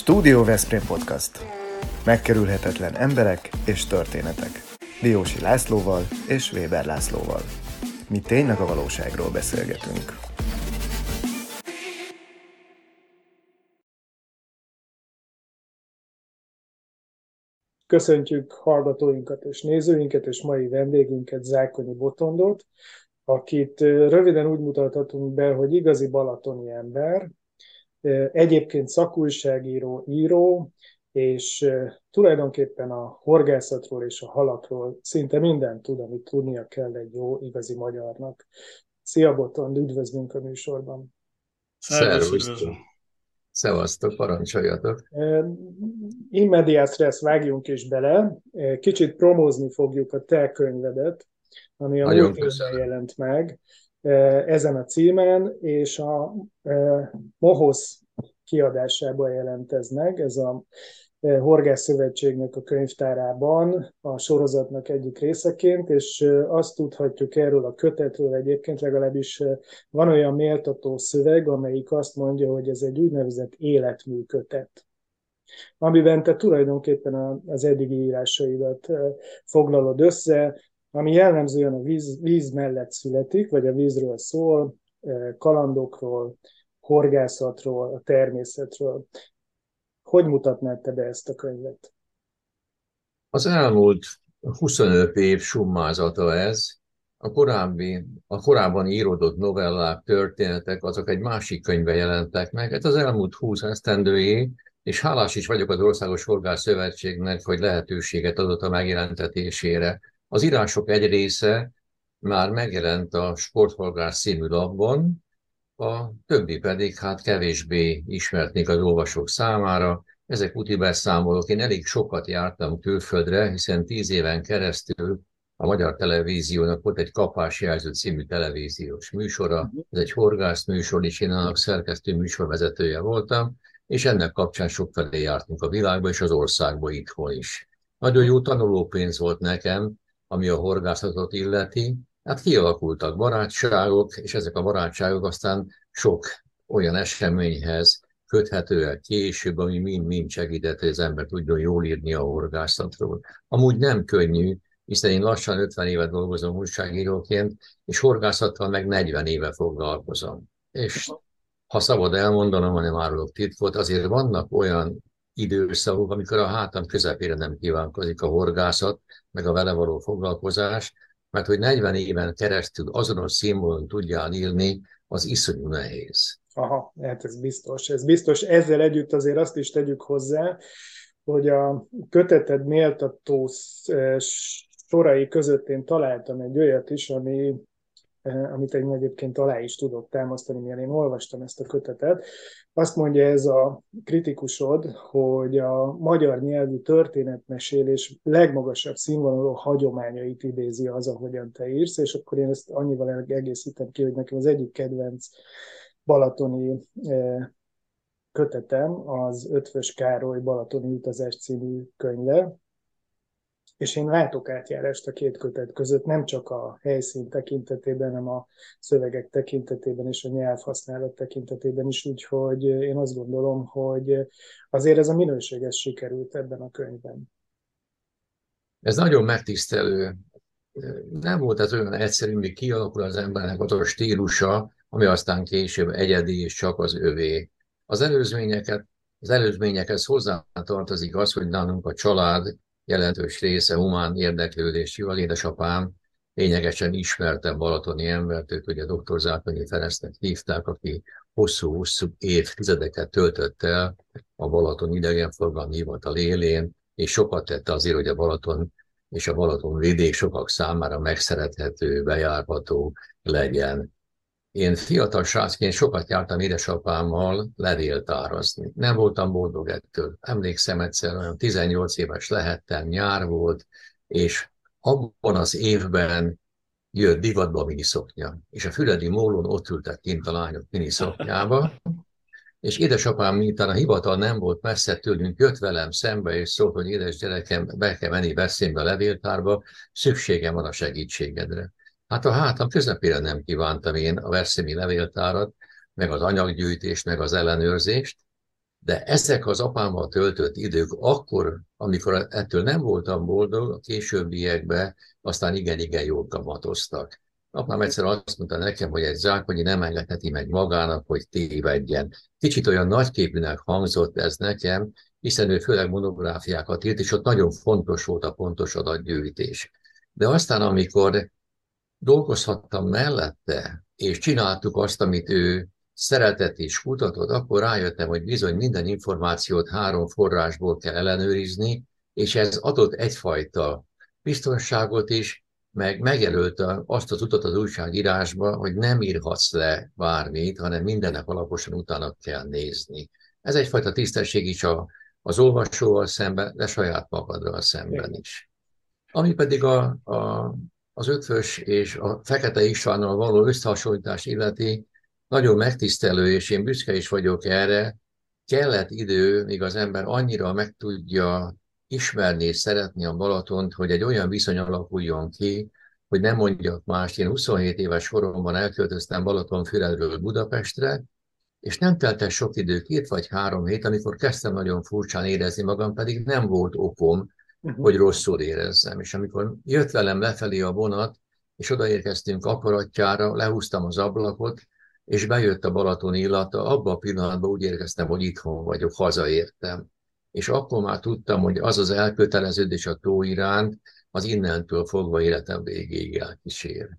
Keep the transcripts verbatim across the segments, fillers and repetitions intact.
Stúdió Veszprém Podcast. Megkerülhetetlen emberek és történetek. Diósi Lászlóval és Weber Lászlóval. Mi tényleg a valóságról beszélgetünk. Köszöntjük hallgatóinkat és nézőinket és mai vendégünket, Zákonyi Botondot, akit röviden úgy mutathatunk be, hogy igazi balatoni ember, egyébként szakújságíró, író, és tulajdonképpen a horgászatról és a halakról szinte mindent tud, amit tudnia kell egy jó, igazi magyarnak. Szia Botond, üdvözlünk a műsorban! Szervusztok! Szevasztok, parancsoljatok! In medias res, vágjunk is bele. Kicsit promózni fogjuk a te könyvedet, ami a múlt évben jelent meg ezen a címen, és a Mohosz kiadásában jelent ez meg, ez a Horgászszövetségnek a könyvtárában a sorozatnak egyik részeként, és azt tudhatjuk erről a kötetről egyébként, legalábbis van olyan méltató szöveg, amelyik azt mondja, hogy ez egy úgynevezett életmű kötet, amiben te tulajdonképpen az eddigi írásaidat foglalod össze, ami jellemzően a víz, víz mellett születik, vagy a vízről szól, kalandokról, horgászatról, a természetről. Hogy mutatnád te be ezt a könyvet? Az elmúlt huszonöt év summázata ez. A, korábbi, a korábban íródott novellák, történetek, azok egy másik könyvben jelentek meg. Ez az elmúlt húsz esztendőjé, és hálás is vagyok az Országos Horgászszövetségnek, hogy lehetőséget adott a megjelentetésére. Az írások egy része már megjelent a Sporthorgász című lapban, a többi pedig hát kevésbé ismert még az olvasók számára. Ezek úti beszámolók. Én elég sokat jártam külföldre, hiszen tíz éven keresztül a Magyar Televíziónak volt egy Kapásjelző című televíziós műsora. Ez egy horgász műsor, és én annak szerkesztő műsorvezetője voltam, és ennek kapcsán sokfelé jártunk a világba és az országba itthon is. Nagyon jó tanulópénz volt nekem, ami a horgászatot illeti. Hát kialakultak barátságok, és ezek a barátságok aztán sok olyan eseményhez köthetőek később, ami mind-mind segített, hogy az ember tudjon jól írni a horgászatról. Amúgy nem könnyű, hiszen én lassan ötven éve dolgozom újságíróként, és horgászattal meg negyven éve foglalkozom. És ha szabad elmondanom, hanem árulok titkot, azért vannak olyan időszakok, amikor a hátam közepére nem kívánkozik a horgászat, meg a vele való foglalkozás, mert hogy negyven éven keresztül azonos színvonalon tudjál írni, az iszonyú nehéz. Aha, hát ez biztos. Ez biztos. Ezzel együtt azért azt is tegyük hozzá, hogy a köteted méltató sorai között én találtam egy olyat is, ami, amit én egyébként alá is tudok támasztani, mivel én olvastam ezt a kötetet. Azt mondja ez a kritikusod, hogy a magyar nyelvű történetmesélés legmagasabb színvonalú hagyományait idézi az, ahogyan te írsz, és akkor én ezt annyival egészítem ki, hogy nekem az egyik kedvenc balatoni kötetem az Eötvös Károly Balatoni utazás című könyve, és én látok átjárást a két kötet között, nem csak a helyszín tekintetében, hanem a szövegek tekintetében és a nyelvhasználat tekintetében is, úgyhogy én azt gondolom, hogy azért ez a minőség, ez sikerült ebben a könyvben. Ez nagyon megtisztelő. Nem volt ez olyan egyszerű, míg kialakul az embernek az a stílusa, ami aztán később egyedi és csak az övé. Az előzményeket, az előzményekhez hozzátartozik az, hogy nálunk a család jelentős része humán érdeklődésű. Az édesapám lényegesen ismertem balatoni embert, őt ugye doktor Zákonyi Ferencnek hívták, aki hosszú-hosszú évtizedeket töltött el a Balaton idegenforgalmi hivatal élén, és sokat tette azért, hogy a Balaton és a Balaton vidék sokak számára megszerethető, bejárható legyen. Én fiatal srácként sokat jártam édesapámmal levéltárazni. Nem voltam boldog ettől. Emlékszem egyszer, olyan tizennyolc éves lehettem, nyár volt, és abban az évben jött divatba a miniszoknya. És a Füredi Mólón ott ültek kint a lányok miniszoknyába, és édesapám, miután a hivatal nem volt messze tőlünk, jött velem szembe, és szólt, hogy édes gyerekem, be kell menni Veszprémbe a levéltárba, szükségem van a segítségedre. Hát a hátam közepére nem kívántam én a veszprémi levéltárat, meg az anyaggyűjtést, meg az ellenőrzést, De ezek az apámmal töltött idők akkor, amikor ettől nem voltam boldog, a későbbiekben aztán igen-igen jól kamatoztak. Apám egyszer azt mondta nekem, hogy egy zsákonyi nem engedheti meg magának, hogy tévedjen. Kicsit olyan nagyképűnek hangzott ez nekem, hiszen ő főleg monográfiákat írt, és ott nagyon fontos volt a pontos adatgyűjtés. De aztán, amikor dolgozhattam mellette, és csináltuk azt, amit ő szeretett és kutatott, akkor rájöttem, hogy bizony minden információt három forrásból kell ellenőrizni, és ez adott egyfajta biztonságot is, meg megjelölte azt az utat az újságírásba, hogy nem írhatsz le bármit, hanem mindennek alaposan utána kell nézni. Ez egyfajta tisztesség is a, az olvasóval szemben, de saját magaddal szemben is. Ami pedig a, a, az Ötvös és a Fekete Istvánnal való összehasonlítás illeti, nagyon megtisztelő, és én büszke is vagyok erre, kellett idő, míg az ember annyira meg tudja ismerni és szeretni a Balatont, hogy egy olyan viszony alakuljon ki, hogy nem mondjak mást. Én huszonhét éves koromban elköltöztem Balatonfüredről Budapestre, és nem telt el sok idő, két vagy három hét, amikor kezdtem nagyon furcsán érezni magam, pedig nem volt okom, uh-huh. hogy rosszul érezzem. És amikor jött velem lefelé a vonat, és odaérkeztünk Akarattyára, lehúztam az ablakot, és bejött a Balaton illata, abban a pillanatban úgy érkeztem, hogy itthon vagyok, hazaértem. És akkor már tudtam, hogy az az elköteleződés a tó iránt, az innentől fogva életem végéig elkísér.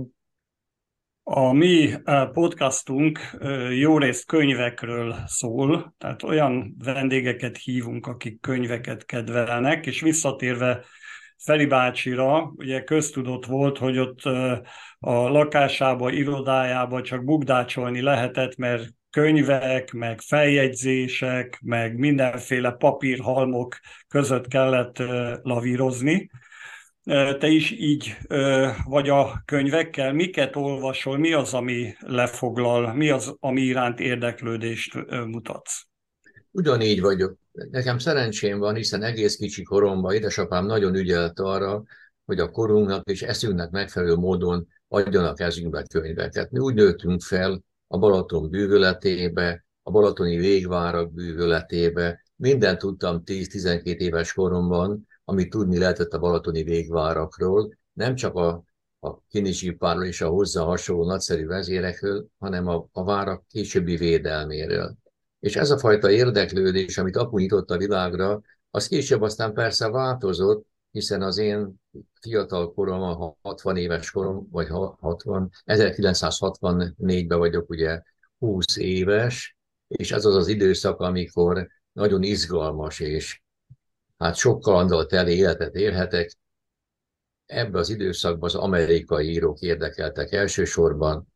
A mi podcastunk jó részt könyvekről szól, tehát olyan vendégeket hívunk, akik könyveket kedvelnek, és visszatérve Feri bácsira, ugye köztudott volt, hogy ott a lakásába, irodájába csak bukdácsolni lehetett, mert könyvek, meg feljegyzések, meg mindenféle papírhalmok között kellett lavírozni. Te is így vagy a könyvekkel? Miket olvasol? Mi az, ami lefoglal? Mi az, ami iránt érdeklődést mutatsz? Ugyanígy vagyok. Nekem szerencsém van, hiszen egész kicsi koromban édesapám nagyon ügyelt arra, hogy a korunknak és eszünknek megfelelő módon adjanak kezünkbe könyveket. Mi úgy nőttünk fel a Balaton bűvöletébe, a balatoni végvárak bűvöletébe. Mindent tudtam tíz-tizenkét éves koromban, amit tudni lehetett a balatoni végvárakról, nem csak a, a Kinizsipárról és a hozzá hasonló nagyszerű vezérekről, hanem a, a várak későbbi védelméről. És ez a fajta érdeklődés, amit apu nyitott a világra, az később aztán persze változott, hiszen az én fiatal korom, a hatvan éves korom, vagy hatvan, ezerkilencszázhatvannégyben vagyok ugye húsz éves, és ez az az időszak, amikor nagyon izgalmas és hát sok kalanddal teli életet élhetek. Ebben az időszakban az amerikai írók érdekeltek elsősorban.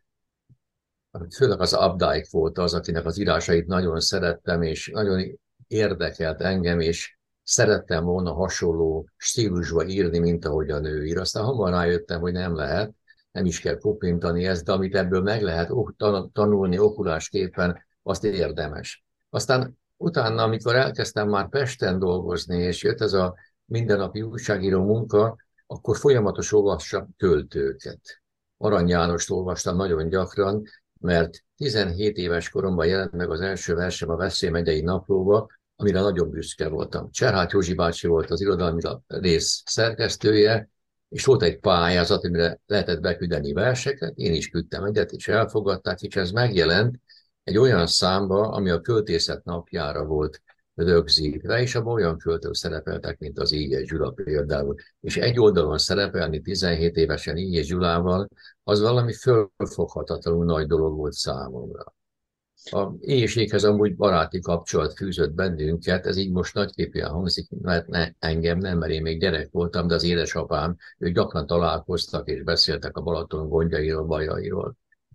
Főleg az Updike volt az, akinek az írásait nagyon szerettem, és nagyon érdekelt engem, és szerettem volna hasonló stílusba írni, mint ahogyan ő ír. Aztán hamar rájöttem, hogy nem lehet, nem is kell kopintani ezt, de amit ebből meg lehet tanulni okulásképpen, azt érdemes. Aztán utána, amikor elkezdtem már Pesten dolgozni, és jött ez a mindennapi újságíró munka, akkor folyamatos olvastam költőket. Arany Jánost olvastam nagyon gyakran, mert tizenhét éves koromban jelent meg az első versem a Veszprém megyei naplóba, amire nagyon büszke voltam. Cserháth Józsi bácsi volt az irodalmi rész szerkesztője, és volt egy pályázat, amire lehetett beküldeni verseket, én is küldtem egyet, és elfogadták, és ez megjelent egy olyan számba, ami a költészet napjára volt rögzítve, és abban olyan költők szerepeltek, mint az Illyes Gyula például. És egy oldalon szerepelni tizenhét évesen Illyes Gyulával, az valami fölfoghatatlanul nagy dolog volt számomra. A éjséghez amúgy baráti kapcsolat fűzött bennünket, ez így most nagyképűen hangzik, mert ne, engem nem, mert én még gyerek voltam, de az édesapám, ők gyakran találkoztak és beszéltek a Balaton gondjairól, bajairól.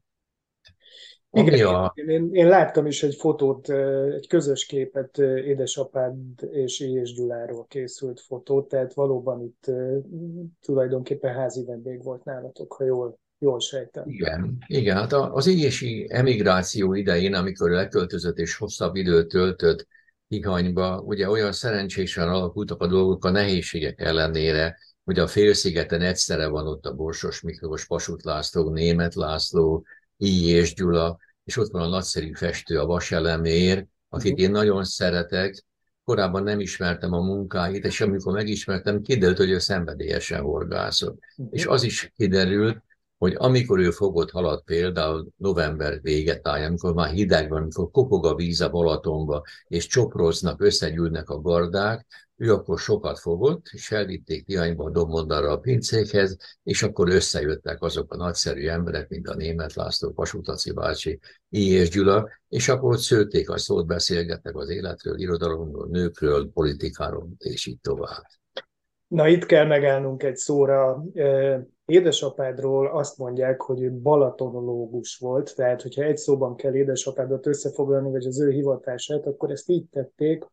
Igen, a... én, én láttam is egy fotót, egy közös képet, édesapád és Illyes Gyuláról készült fotót, tehát valóban itt tulajdonképpen házi vendég volt nálatok, ha jól, jól sejtem. Igen, igen, hát az illyesi emigráció idején, amikor leköltözött és hosszabb időt töltött Tihanyba, ugye olyan szerencsésen alakultak a dolgok a nehézségek ellenére, hogy a félszigeten egyszerre van ott a Borsos Miklós, Kossuth László, Németh László, Illyes Gyula, és ott van a nagyszerű festő, a Vaselemér, akit én nagyon szeretek, korábban nem ismertem a munkáit, és amikor megismertem, kiderült, hogy ő szenvedélyesen horgászott. Uh-huh. És az is kiderült, hogy amikor ő fogott halat például november végetáján, amikor már hideg van, amikor kopog a víz a Balatonba, és csoproznak, összegyűlnek a gardák, ő akkor sokat fogott, és elvitték Tihanyba a Dombondarra a pincékhez, és akkor összejöttek azok a nagyszerű emberek, mint a Németh László, Vasutaci bácsi, I. és Gyula, és akkor ott szőtték a szót, beszélgettek az életről, irodalomról, nőkről, politikáról, és így tovább. Na, itt kell megállnunk egy szóra. Édesapádról azt mondják, hogy ő balatonológus volt, tehát hogyha egy szóban kell édesapádat összefoglalni, vagy az ő hivatását, akkor ezt így tették,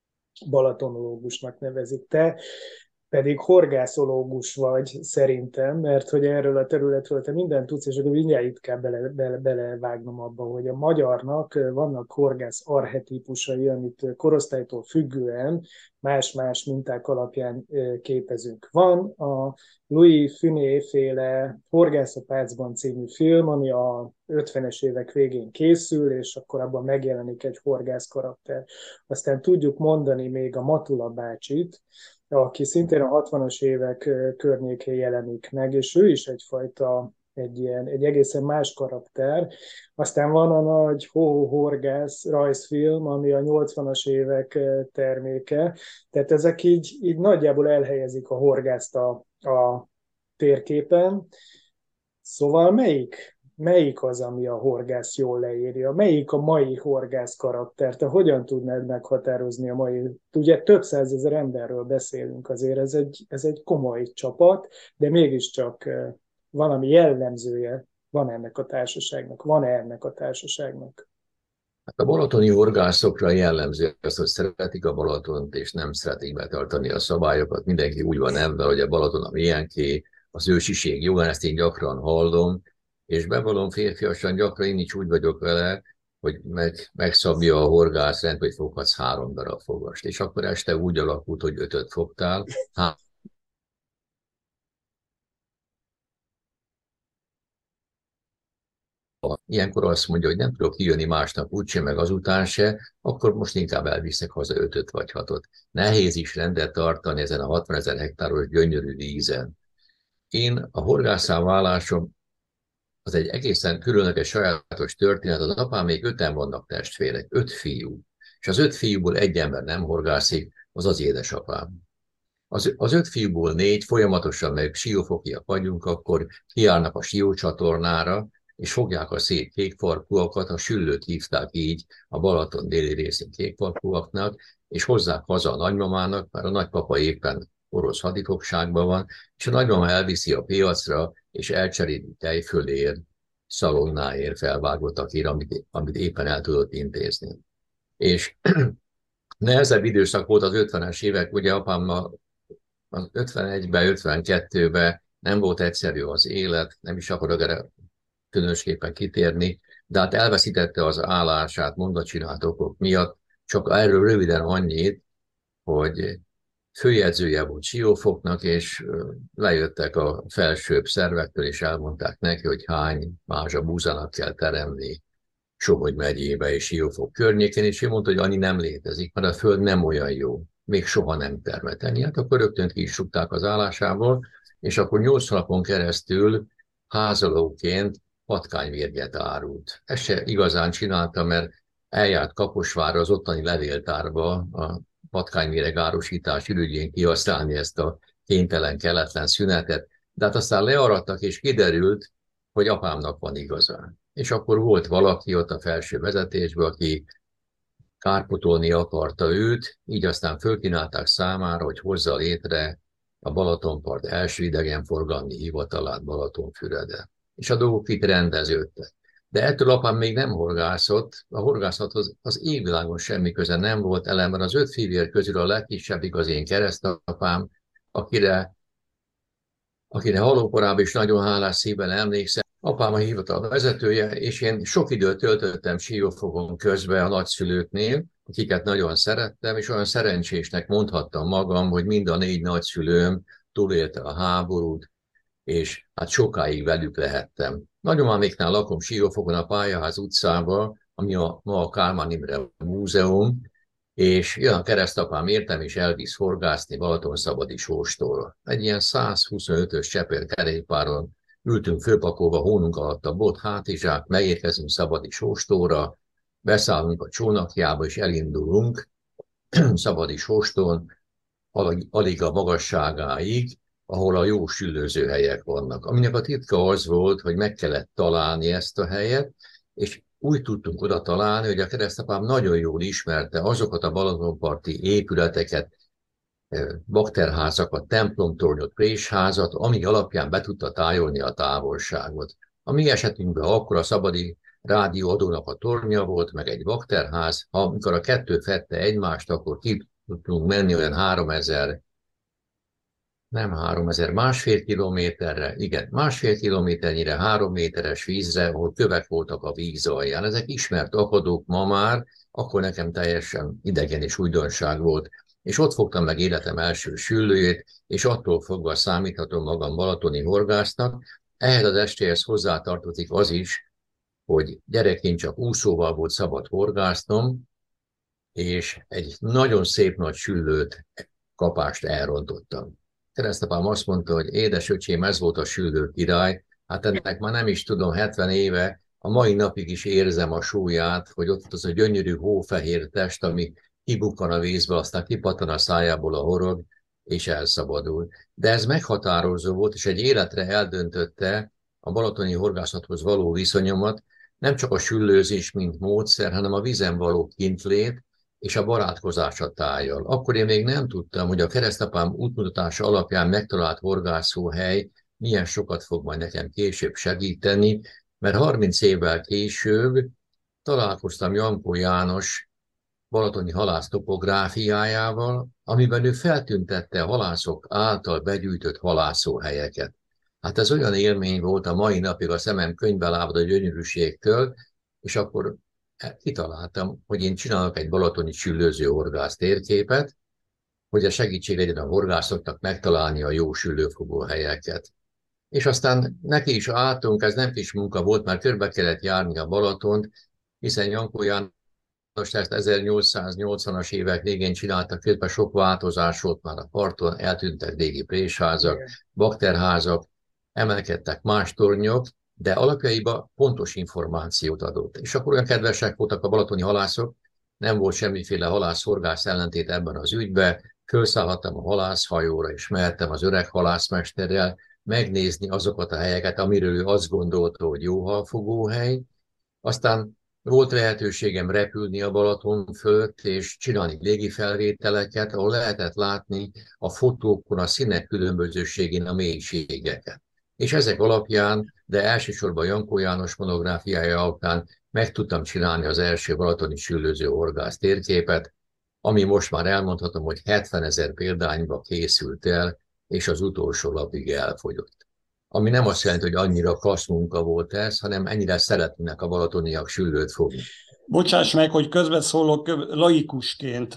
balatonológusnak nevezik. Te pedig horgászológus vagy szerintem, mert hogy erről a területről te mindent tudsz, és akkor mindjárt itt kell bele, bele, belevágnom abba, hogy a magyarnak vannak horgász archetípusai, amit korosztálytól függően más-más minták alapján képezünk. Van a Louis Funé-féle Horgász a Pácban című film, ami a ötvenes évek végén készül, és akkor abban megjelenik egy horgász karakter. Aztán tudjuk mondani még a Matula bácsit, aki szintén a hatvanas évek környékén jelenik meg, és ő is egyfajta, egy, ilyen, egy egészen más karakter. Aztán van a nagy Ho-Ho Horgász rajzfilm, ami a nyolcvanas évek terméke. Tehát ezek így, így nagyjából elhelyezik a horgászt a, a térképen. Szóval melyik? Melyik az, ami a horgász jól leírja? Melyik a mai horgász karakter? Te hogyan tudnád meghatározni a mai? Ugye több százezer emberről beszélünk azért, ez egy, ez egy komoly csapat, de mégiscsak valami jellemzője van ennek a társaságnak. Van-e ennek a társaságnak? Hát a balatoni horgászokra jellemző az, hogy szeretik a Balatont, és nem szeretik betartani a szabályokat. Mindenki úgy van ebben, hogy a Balaton a milyenké, az ősiség jogán, ezt én gyakran hallom, és bevallom férfiasan gyakran én is úgy vagyok vele, hogy meg, megszabja a horgászrend, hogy foghatsz három darab fogast. És akkor este úgy alakult, hogy ötöt fogtál. Há- Ilyenkor azt mondja, hogy nem tudok kijönni másnap úgyse, meg azután se, akkor most inkább elviszek haza ötöt vagy hatot. Nehéz is rendet tartani ezen a hatvanezer hektáros gyönyörű vízen. Én a horgásszá válásom az egy egészen különleges, sajátos történet. Az apám még öten vannak testvérek, öt fiú. És az öt fiúból egy ember nem horgászik, az az édesapám. Az, az öt fiúból négy folyamatosan, meg siófokiak vagyunk, akkor kiállnak a siócsatornára, és fogják a szép kékfarkúakat, a süllőt hívták így a Balaton déli részén kékfarkúaknak, és hozzák haza a nagymamának, mert a nagypapa éppen orosz hadifogságban van, és a nagymama elviszi a piacra, és elcseréli tejfölér, szalonnáért, felvágottakért, amit, amit éppen el tudott intézni. És nehezebb időszak volt az ötvenes évek, ugye apámmal az ötvenegyben, ötvenkettőben nem volt egyszerű az élet, nem is akarok erre különösképpen kitérni, de hát elveszítette az állását mondatcsinált okok miatt, csak erről röviden annyit, hogy főjegyzője volt Siófoknak, és lejöttek a felsőbb szervektől, és elmondták neki, hogy hány mázsa búzának kell teremni Somogy megyébe és Siófok környékén, és ő mondta, hogy annyi nem létezik, mert a föld nem olyan jó, még soha nem termett ennyi. Hát akkor rögtön ki is rúgták az állásából, és akkor nyolc napon keresztül házalóként patkánymérget árult. Ezt se igazán csinálta, mert eljárt Kaposvárra, az ottani levéltárba a patkányméreg árusítás ürügyén kihasználni ezt a kénytelen, kelletlen szünetet, de hát aztán learadtak, és kiderült, hogy apámnak van igazán. És akkor volt valaki ott a felső vezetésben, aki kárpotolni akarta őt, így aztán fölkínálták számára, hogy hozza létre a Balatonpart első idegenforgalmi hivatalát Balatonfüreden. És a dolgok itt rendeződtek. De ettől apám még nem horgászott, a horgászathoz az égvilágon semmi köze nem volt, ellenben az öt fivér közül a legkisebbik az én keresztapám, akire, akire halókorában is nagyon hálás szívvel emlékszem. Apám a hivatal vezetője, és én sok időt töltöttem Siófokon közben a nagyszülőknél, akiket nagyon szerettem, és olyan szerencsésnek mondhattam magam, hogy mind a négy nagyszülőm túlélte a háborút, és hát sokáig velük lehettem. Nagyomáméknál lakom Siófokon a Pályaház utcában, a ami a, ma a Kálmán Imre Múzeum, és jön a keresztapám értem, és elvisz horgászni Balatonszabadi Sóstóra. Egy ilyen százhuszonötös Csepel kerékpáron ültünk fölpakolva hónunk alatt a bot, hátizsák, megérkezünk Szabadi Sóstóra, beszállunk a csónakjába, és elindulunk Szabadi Sóstón, alig a magasságáig, ahol a jó süllőzőhelyek vannak. Aminek a titka az volt, hogy meg kellett találni ezt a helyet, és úgy tudtunk oda találni, hogy a keresztapám nagyon jól ismerte azokat a balatonparti épületeket, bakterházakat, templomtornyot, présházat, ami alapján be tudta tájolni a távolságot. A mi esetünkben akkor a Szabadi Rádióadónak a tornya volt, meg egy bakterház. Ha amikor a kettő fette egymást, akkor ki tudtunk menni olyan háromezer, nem háromezer, másfél kilométerre, igen, másfél kilométernyire három méteres vízre, ahol kövek voltak a víz alján. Ezek ismert akadók ma már, akkor nekem teljesen idegen és újdonság volt. És ott fogtam meg életem első süllőjét, és attól fogva számíthatom magam balatoni horgásznak. Ehhez az estéhez hozzátartozik az is, hogy gyerekként csak úszóval volt szabad horgásznom, és egy nagyon szép nagy süllőt, kapást elrontottam. Keresztapám azt mondta, hogy édesöcsém, ez volt a süllő király, hát ennek már nem is tudom, hetven éve, a mai napig is érzem a súlyát, hogy ott az a gyönyörű hófehér test, ami kibukkan a vízbe, aztán kipattan a szájából a horog, és elszabadul. De ez meghatározó volt, és egy életre eldöntötte a balatoni horgászathoz való viszonyomat, nem csak a süllőzés, mint módszer, hanem a vízen való kintlét, és a barátkozás a tájjal. Akkor én még nem tudtam, hogy a keresztapám útmutatása alapján megtalált horgászóhely milyen sokat fog majd nekem később segíteni, mert harminc évvel később találkoztam Jankó János balatoni halász topográfiájával, amiben ő feltüntette a halászok által begyűjtött halászóhelyeket. Hát ez olyan élmény volt, a mai napig a szemem könyvbe lábad a gyönyörűségtől, és akkor kitaláltam, hogy én csinálok egy balatoni süllőző horgász térképet, hogy a segítség legyen a horgászoknak megtalálni a jó süllőfogó helyeket. És aztán neki is álltunk, ez nem kis munka volt, már körbe kellett járni a Balatont, hiszen Jankó János ezt ezernyolcszáznyolcvanas évek végén csináltak, közben sok változás volt már a parton, eltűntek régi présházak, bakterházak, emelkedtek más tornyok, de alapjaiban pontos információt adott. És akkor olyan kedvesek voltak a balatoni halászok, nem volt semmiféle halász-horgász ellentét ebben az ügyben, fölszállhattam a halászhajóra, és mehettem az öreg halászmesterrel megnézni azokat a helyeket, amiről ő azt gondolta, hogy jó halfogóhely. Aztán volt lehetőségem repülni a Balaton fölött, és csinálni légifelvételeket, ahol lehetett látni a fotókon a színek különbözőségén a mélységeket. És ezek alapján, de elsősorban Jankó János monográfiája alapján meg tudtam csinálni az első balatoni süllőző horgász térképet, ami most már elmondhatom, hogy hetvenezer példányba készült el, és az utolsó lapig elfogyott. Ami nem azt jelenti, hogy annyira klassz munka volt ez, hanem ennyire szeretnének a balatoniak süllőt fogni. Bocsáss meg, hogy közbeszólok laikusként.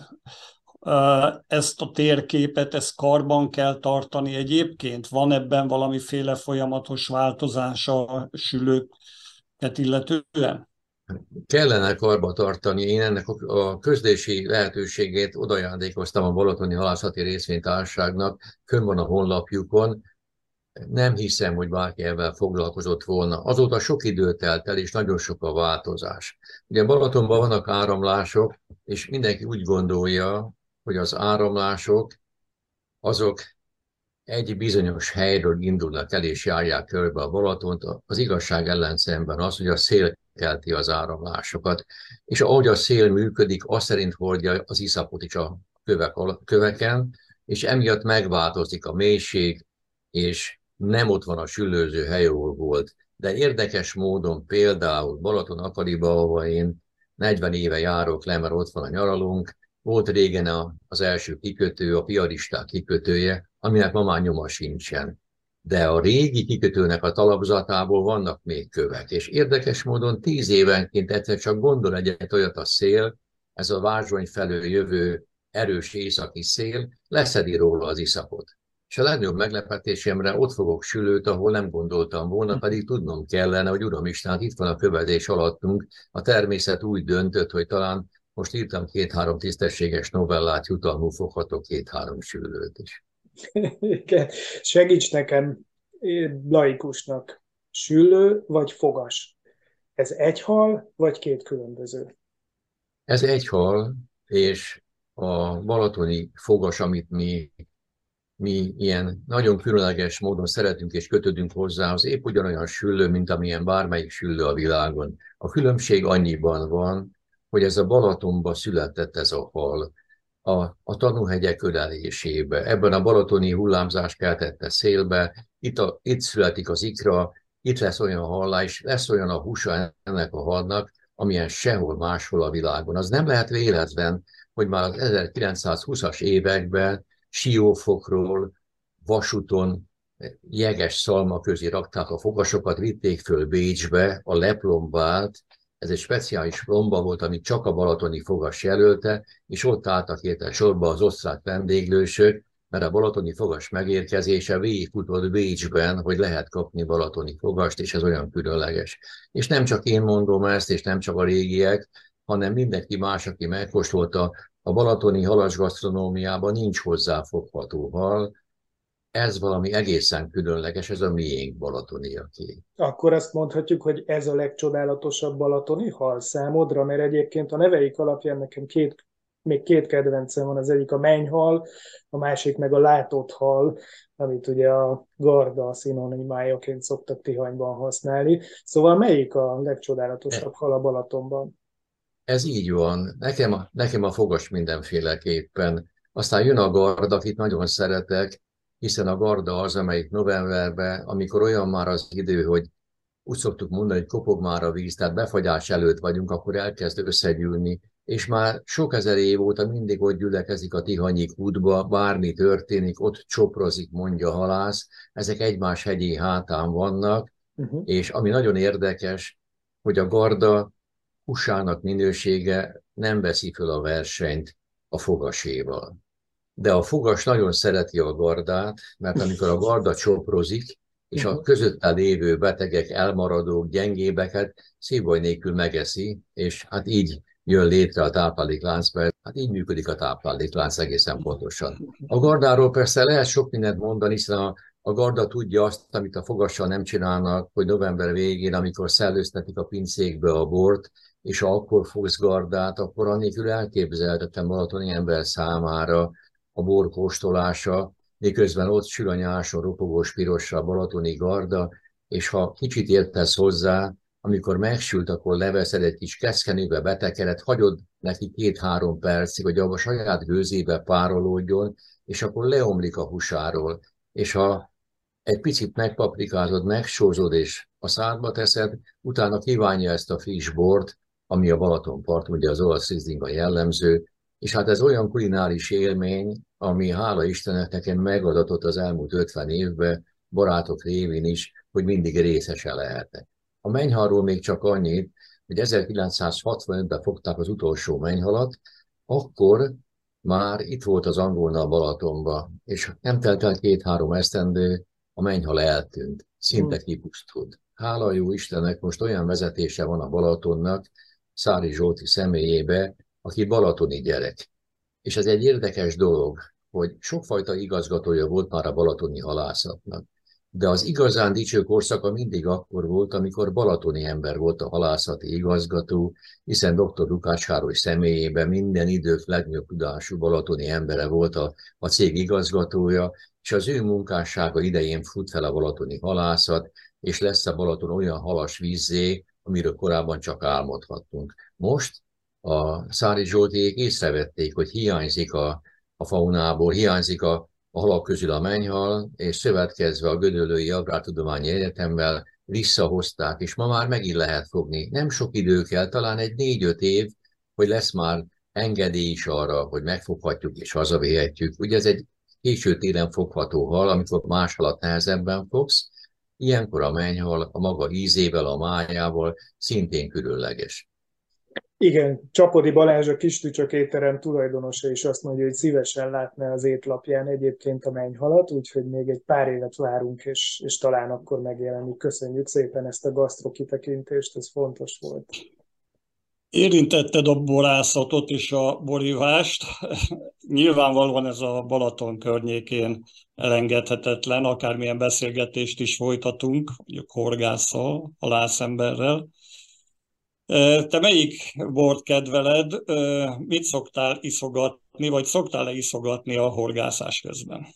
Ezt a térképet, ezt karban kell tartani egyébként? Van ebben valamiféle folyamatos változás a sülőket illetően? Kellene karba tartani. Én ennek a közlési lehetőségét odajándékoztam a Balatoni Halászati Részvénytársaságnak, fönn van a honlapjukon. Nem hiszem, hogy bárki ebben foglalkozott volna. Azóta sok idő telt el, és nagyon sok a változás. Ugye Balatonban vannak áramlások, és mindenki úgy gondolja, hogy az áramlások azok egy bizonyos helyről indulnak el, és járják körbe a Balatont. Az igazság ellenszemben az, hogy a szél kelti az áramlásokat. És ahogy a szél működik, az szerint hordja az iszapot is a kövek, köveken, és emiatt megváltozik a mélység, és nem ott van a süllőző hely, ahol volt. De érdekes módon például Balaton-Akadiba, ahol én negyven éve járok le, mert ott van a nyaralunk, volt régen az első kikötő, a piaristák kikötője, aminek ma már nyoma sincsen. De a régi kikötőnek a talapzatából vannak még kövek, és érdekes módon tíz évenként egyszer csak gondol egyet olyat a szél, ez a Vázsony felől jövő erős északi szél, leszedi róla az iszapot. És a legnagyobb meglepetésemre ott fogok sülőt, ahol nem gondoltam volna, pedig tudnom kellene, hogy Uramisten, hát itt van a kövedés alattunk, a természet úgy döntött, hogy talán most írtam két-három tisztességes novellát, jutalmul foghatok két-három sülőt is. Igen. Segíts nekem, laikusnak, sülő vagy fogas? Ez egy hal, vagy két különböző? Ez egy hal, és a balatoni fogas, amit mi, mi ilyen nagyon különleges módon szeretünk és kötődünk hozzá, az épp ugyanolyan süllő, mint amilyen bármelyik süllő a világon. A különbség annyiban van, hogy ez a Balatonba született ez a hal, a, a tanúhegyek ölelésébe. Ebben a balatoni hullámzás keltette szélbe, itt, a, itt születik az ikra, itt lesz olyan hallá, és lesz olyan a húsa ennek a halnak, amilyen sehol máshol a világon. Az nem lehet véletlen, hogy már az ezerkilencszázhúszas években Siófokról, vasúton, jeges szalma közé rakták a fogasokat, vitték föl Bécsbe, a leplombát, ez egy speciális plomba volt, amit csak a balatoni fogas jelölte, és ott álltak érte sorba az osztrák vendéglősök, mert a balatoni fogas megérkezése végigfutott Bécsben, hogy lehet kapni balatoni fogast, és ez olyan különleges. És nem csak én mondom ezt, és nem csak a régiek, hanem mindenki más, aki megkóstolta, a balatoni halas gasztronómiában nincs hozzáfogható hal. Ez valami egészen különleges, ez a miénk balatoniaké. Akkor azt mondhatjuk, hogy ez a legcsodálatosabb balatoni hal számodra, mert egyébként a neveik alapján nekem két, még két kedvencem van, az egyik a mennyhal, a másik meg a látott hal, amit ugye a garda szinonimájaként szoktak Tihanyban használni. Szóval melyik a legcsodálatosabb hal a Balatonban? Ez így van. Nekem a, nekem a fogas mindenféleképpen. Aztán jön a garda, akit nagyon szeretek, hiszen a garda az, amelyik novemberben, amikor olyan már az idő, hogy úgy szoktuk mondani, hogy kopog már a víz, tehát befagyás előtt vagyunk, akkor elkezd összegyűlni, és már sok ezer év óta mindig ott gyülekezik a Tihanyi kútba, bármi történik, ott csoprozik, mondja a halász, ezek egymás hegyi hátán vannak, uh-huh. És ami nagyon érdekes, hogy a garda húsának minősége nem veszi föl a versenyt a fogaséval. De a fogas nagyon szereti a gardát, mert amikor a garda csoprozik, és a közötte lévő betegek, elmaradók, gyengébeket szívbaj nélkül megeszi, és hát így jön létre a tápláléklánc, mert hát így működik a tápláléklánc egészen pontosan. A gardáról persze lehet sok mindent mondani, hiszen a, a garda tudja azt, amit a fogassal nem csinálnak, hogy november végén, amikor szellőztetik a pincékbe a bort, és ha akkor fogsz gardát, akkor annélkül elképzelhetetlen balatoni ember számára a bor kóstolása, miközben ott sül a nyáson ropogós pirosra a balatoni garda, és ha kicsit értesz hozzá, amikor megsült, akkor leveszed egy kis keszkenőbe, betekered, hagyod neki két-három percig, hogy a saját gőzébe párolódjon, és akkor leomlik a húsáról. És ha egy picit megpaprikázod, megsózod, és a szádba teszed, utána kívánja ezt a friss bort, ami a Balatonpart, ugye az olasz rizling a jellemző, és hát ez olyan kulináris élmény, ami hála Istennek nekem megadatott az elmúlt ötven évben, barátok révén is, hogy mindig részese lehetek. A mennyhalról még csak annyit, hogy ezerkilencszázhatvanötben fogták az utolsó mennyhalat, akkor már itt volt az angolna a Balatonba, és nem telt el két-három esztendő, a mennyhal eltűnt, szinte kipusztult. Hála jó Istennek, most olyan vezetése van a Balatonnak, Szári Zsolti személyébe, aki balatoni gyerek. És ez egy érdekes dolog, hogy sokfajta igazgatója volt már a balatoni halászatnak. De az igazán dicső korszaka mindig akkor volt, amikor balatoni ember volt a halászati igazgató, hiszen doktor Lukács Károly személyében minden idők legnagyobb tudású balatoni embere volt a, a cég igazgatója, és az ő munkássága idején fut fel a balatoni halászat, és lesz a Balaton olyan halas vízzé, amiről korábban csak álmodhattunk. Most a Szári Zsoltiék észrevették, hogy hiányzik a, a faunából, hiányzik a, a halak közül a mennyhal, és szövetkezve a Gödöllői Agrártudományi Egyetemmel visszahozták, és ma már megint lehet fogni. Nem sok idő kell, talán egy négy-öt év, hogy lesz már engedély is arra, hogy megfoghatjuk és hazavihetjük. Ugye ez egy késő télen fogható hal, amikor más halat nehezebben fogsz. Ilyenkor a mennyhal a maga ízével, a májával szintén különleges. Igen, Csapodi Balázs, a Kis Tücsök étterem tulajdonosa is azt mondja, hogy szívesen látná az étlapján egyébként a mennyhalat, úgyhogy még egy pár évet várunk, és, és talán akkor megjelenik. Köszönjük szépen ezt a gasztro kitekintést, ez fontos volt. Érintetted a borászatot és a borívást. Nyilvánvalóan ez a Balaton környékén elengedhetetlen, akármilyen beszélgetést is folytatunk, mondjuk horgásszal, halászemberrel. Te melyik bort kedveled, mit szoktál iszogatni, vagy szoktál-e iszogatni a horgászás közben?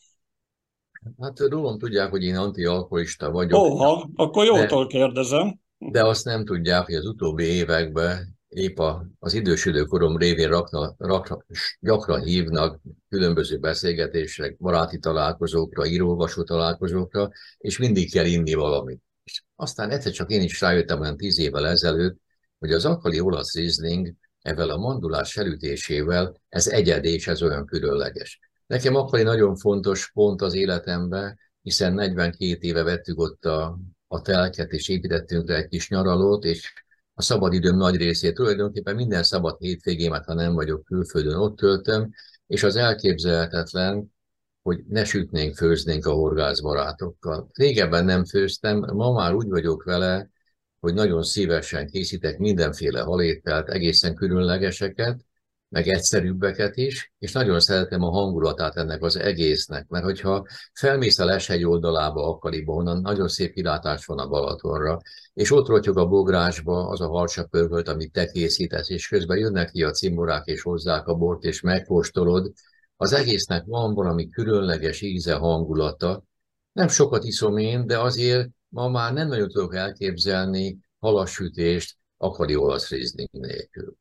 Hát rólam tudják, hogy én antialkoholista vagyok. Oha, akkor jótól de, kérdezem. De azt nem tudják, hogy az utóbbi években épp a, az idősödő korom révén rakna, rakna, gyakran hívnak különböző beszélgetésre, baráti találkozókra, írólvasó találkozókra, és mindig kell inni valamit. És aztán egyszer csak én is rájöttem olyan tíz évvel ezelőtt, hogy az akkali olasz Riesling ezzel a mandulás elütésével ez egyedi és ez olyan különleges. Nekem akkali nagyon fontos pont az életemben, hiszen negyvenkét éve vettük ott a, a telket, és építettünk rá egy kis nyaralót, és a szabadidőm nagy részét tulajdonképpen minden szabad hétvégémet, ha nem vagyok külföldön, ott töltöm, és az elképzelhetetlen, hogy ne sütnénk, főznénk a horgászbarátokkal. Régebben nem főztem, ma már úgy vagyok vele, hogy nagyon szívesen készítek mindenféle halételt, egészen különlegeseket, meg egyszerűbbeket is, és nagyon szeretem a hangulatát ennek az egésznek, mert hogyha felmész a Leshegy oldalába, Akkaliba, onnan nagyon szép kilátás van a Balatonra, és ott rotyog a bográsba az a harcsapörkölt, amit te készítesz, és közben jönnek ki a cimborák, és hozzák a bort, és megkóstolod. Az egésznek van valami különleges íze, hangulata. Nem sokat iszom én, de azért ma már nem nagyon tudok elképzelni halassütést akkali olasz Riesling nélkül.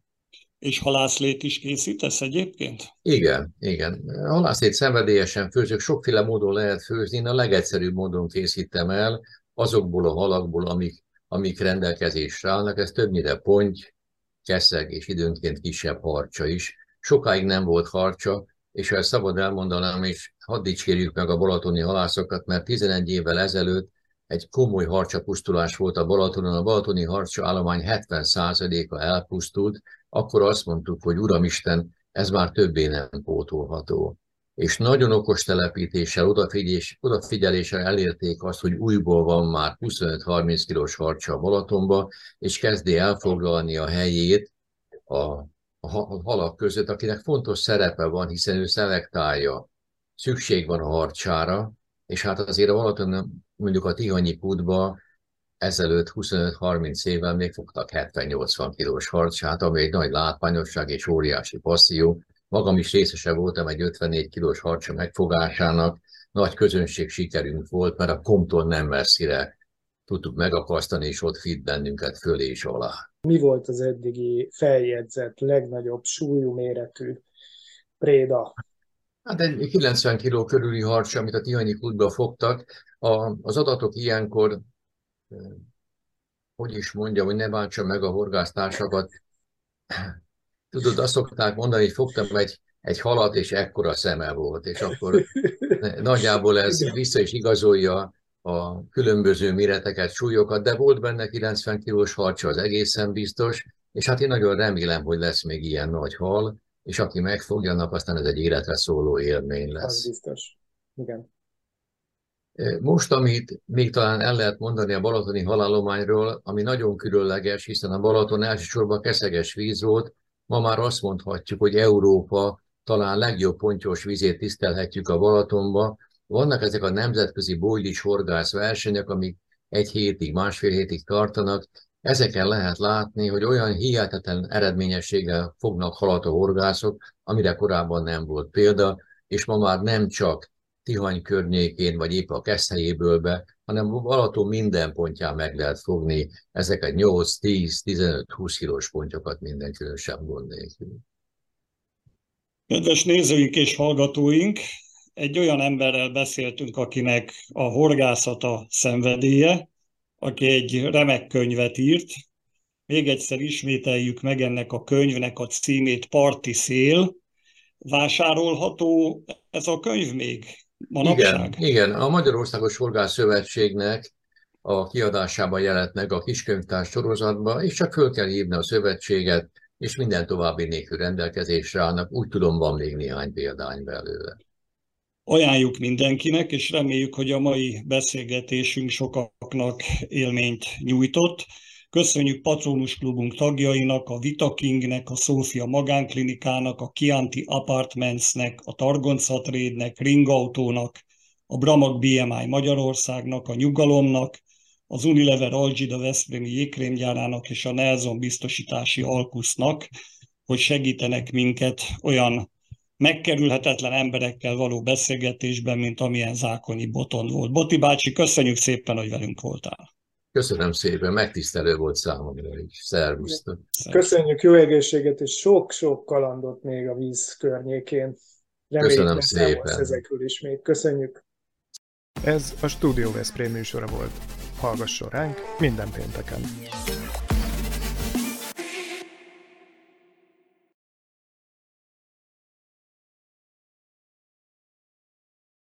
És halászlét is készítesz egyébként? Igen, igen. Halászlét szenvedélyesen főzök, sokféle módon lehet főzni, én a legegyszerűbb módon készítem el, azokból a halakból, amik, amik rendelkezésre állnak, ez többnyire ponty, keszeg és időnként kisebb harcsa is. Sokáig nem volt harcsa, és ha ezt szabad elmondanám, és hadd dicsérjük meg a balatoni halászokat, mert tizenegy évvel ezelőtt egy komoly harcsapusztulás volt a Balatonon, a balatoni harcsa állomány hetven százaléka elpusztult, akkor azt mondtuk, hogy Uramisten, ez már többé nem pótolható. És nagyon okos telepítéssel, odafigyelés, odafigyeléssel elérték azt, hogy újból van már huszonöt-harminc kilós harcsa a Balatonba, és kezdi elfoglalni a helyét a, a halak között, akinek fontos szerepe van, hiszen ő szelektálja. Szükség van a harcsára, és hát azért a Balaton, mondjuk a Tihanyi kútba ezelőtt huszonöt-harminc évvel még fogtak hetven-nyolcvan kilós harcsát, ami egy nagy látványosság és óriási passzió. Magam is részese voltam egy ötvennégy kilós harcsa megfogásának, nagy közönség sikerünk volt, mert a Komptól nem messzire tudtuk megakasztani, és ott vitt bennünket fölé és alá. Mi volt az eddigi feljegyzett, legnagyobb súlyú méretű préda? Hát egy kilencven kiló körüli harcsa, amit a Tihanyi kútba fogtak. A, az adatok ilyenkor, hogy is mondjam, hogy ne bántsa meg a horgásztársakat. Tudod, azt szokták mondani, hogy fogtam egy, egy halat, és ekkora szeme volt, és akkor nagyjából ez vissza is igazolja a különböző méreteket, súlyokat, de volt benne kilencven kilós harcsa, az egészen biztos, és hát én nagyon remélem, hogy lesz még ilyen nagy hal, és aki megfogja, annak aztán ez egy életre szóló élmény lesz. Az biztos. Igen. Most, amit még talán el lehet mondani a balatoni halállományról, ami nagyon különleges, hiszen a Balaton elsősorban keszeges víz volt, ma már azt mondhatjuk, hogy Európa talán legjobb pontyos vízét tisztelhetjük a Balatonba. Vannak ezek a nemzetközi bojlis horgász versenyek, amik egy hétig, másfél hétig tartanak. Ezeken lehet látni, hogy olyan hihetetlen eredményességgel fognak halat a horgászok, amire korábban nem volt példa, és ma már nem csak Tihany környékén, vagy épp a Keszthelyéből be, hanem a Balaton minden pontján meg lehet fogni ezeket nyolc, tíz, tizenöt, húsz kilós pontyokat minden különösebb gond nélkül. Kedves nézőink és hallgatóink, egy olyan emberrel beszéltünk, akinek a horgászata szenvedélye, aki egy remek könyvet írt. Még egyszer ismételjük meg ennek a könyvnek a címét, Parti szél. Vásárolható ez a könyv még manapság? Igen, igen, a Magyarországos Horgász Szövetségnek a kiadásában jelent meg a Kiskönyvtárs sorozatban, és csak föl kell hívni a szövetséget, és minden további nélkül rendelkezésre állnak. Úgy tudom, van még néhány példány belőle. Ajánljuk mindenkinek, és reméljük, hogy a mai beszélgetésünk sokaknak élményt nyújtott. Köszönjük Patronus Klubunk tagjainak, a Vita Kingnek, a Szófia Magánklinikának, a Chianti Apartmentsnek, a Targonca Trade-nek, Ringautónak, a Bramag bé em i Magyarországnak, a Nyugalomnak, az Unilever Algida Veszprémi jégkrémgyárának és a Nelson biztosítási Alkusznak, hogy segítenek minket olyan megkerülhetetlen emberekkel való beszélgetésben, mint amilyen Zákonyi Botond volt. Boti bácsi, köszönjük szépen, hogy velünk voltál. Köszönöm szépen, megtisztelő volt számomra is. Szervusztok! Köszönjük, jó egészséget, és sok-sok kalandot még a víz környékén. Reméljük, köszönöm szépen! Ezekről is még. Köszönjük! Ez a Studio Veszprém műsora volt. Hallgasson ránk minden pénteken!